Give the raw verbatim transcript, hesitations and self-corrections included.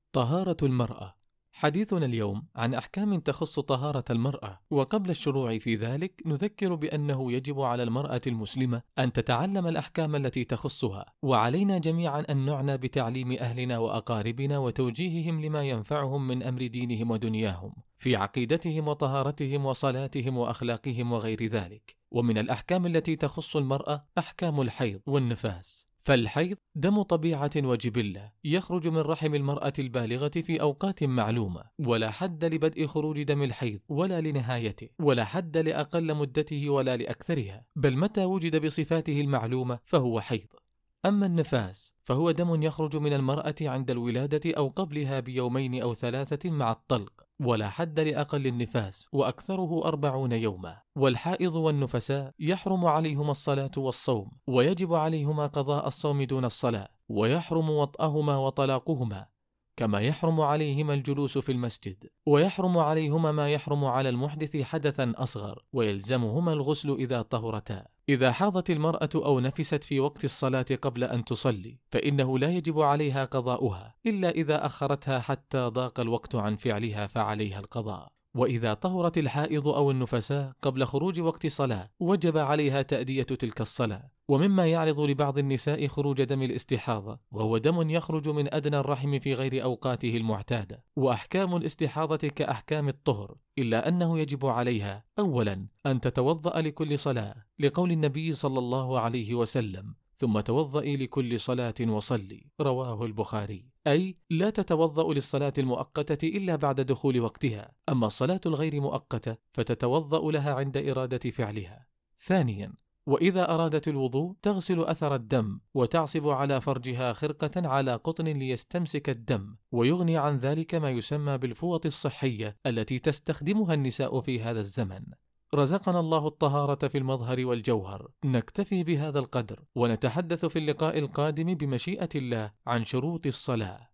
طهارة المرأة. حديثنا اليوم عن أحكام تخص طهارة المرأة، وقبل الشروع في ذلك نذكر بأنه يجب على المرأة المسلمة أن تتعلم الأحكام التي تخصها، وعلينا جميعا أن نعنى بتعليم أهلنا وأقاربنا وتوجيههم لما ينفعهم من أمر دينهم ودنياهم في عقيدتهم وطهارتهم وصلاتهم وأخلاقهم وغير ذلك. ومن الأحكام التي تخص المرأة أحكام الحيض والنفاس. فالحيض دم طبيعة وجبلة يخرج من رحم المرأة البالغة في أوقات معلومة، ولا حد لبدء خروج دم الحيض ولا لنهايته، ولا حد لأقل مدته ولا لأكثرها، بل متى وجد بصفاته المعلومة فهو حيض. أما النفاس فهو دم يخرج من المرأة عند الولادة أو قبلها بيومين أو ثلاثة مع الطلق، ولا حد لأقل النفاس وأكثره أربعون يوما. والحائض والنفساء يحرم عليهما الصلاة والصوم، ويجب عليهما قضاء الصوم دون الصلاة، ويحرم وطئهما وطلاقهما، كما يحرم عليهما الجلوس في المسجد، ويحرم عليهما ما يحرم على المحدث حدثا أصغر، ويلزمهما الغسل إذا طهرتا. إذا حاضت المرأة أو نفست في وقت الصلاة قبل أن تصلي فإنه لا يجب عليها قضاؤها، إلا إذا أخرتها حتى ضاق الوقت عن فعلها فعليها القضاء. وإذا طهرت الحائض أو النفساء قبل خروج وقت صلاة وجب عليها تأدية تلك الصلاة. ومما يعرض لبعض النساء خروج دم الاستحاضة، وهو دم يخرج من أدنى الرحم في غير أوقاته المعتادة. وأحكام الاستحاضة كأحكام الطهر، إلا أنه يجب عليها أولا أن تتوضأ لكل صلاة، لقول النبي صلى الله عليه وسلم: ثم توضئي لكل صلاة وصلي، رواه البخاري. أي لا تتوضأ للصلاة المؤقتة إلا بعد دخول وقتها، أما الصلاة الغير مؤقتة فتتوضأ لها عند إرادة فعلها. ثانيا، وإذا أرادت الوضوء تغسل أثر الدم وتعصب على فرجها خرقة على قطن ليستمسك الدم، ويغني عن ذلك ما يسمى بالفوط الصحية التي تستخدمها النساء في هذا الزمن. رزقنا الله الطهارة في المظهر والجوهر. نكتفي بهذا القدر، ونتحدث في اللقاء القادم بمشيئة الله عن شروط الصلاة.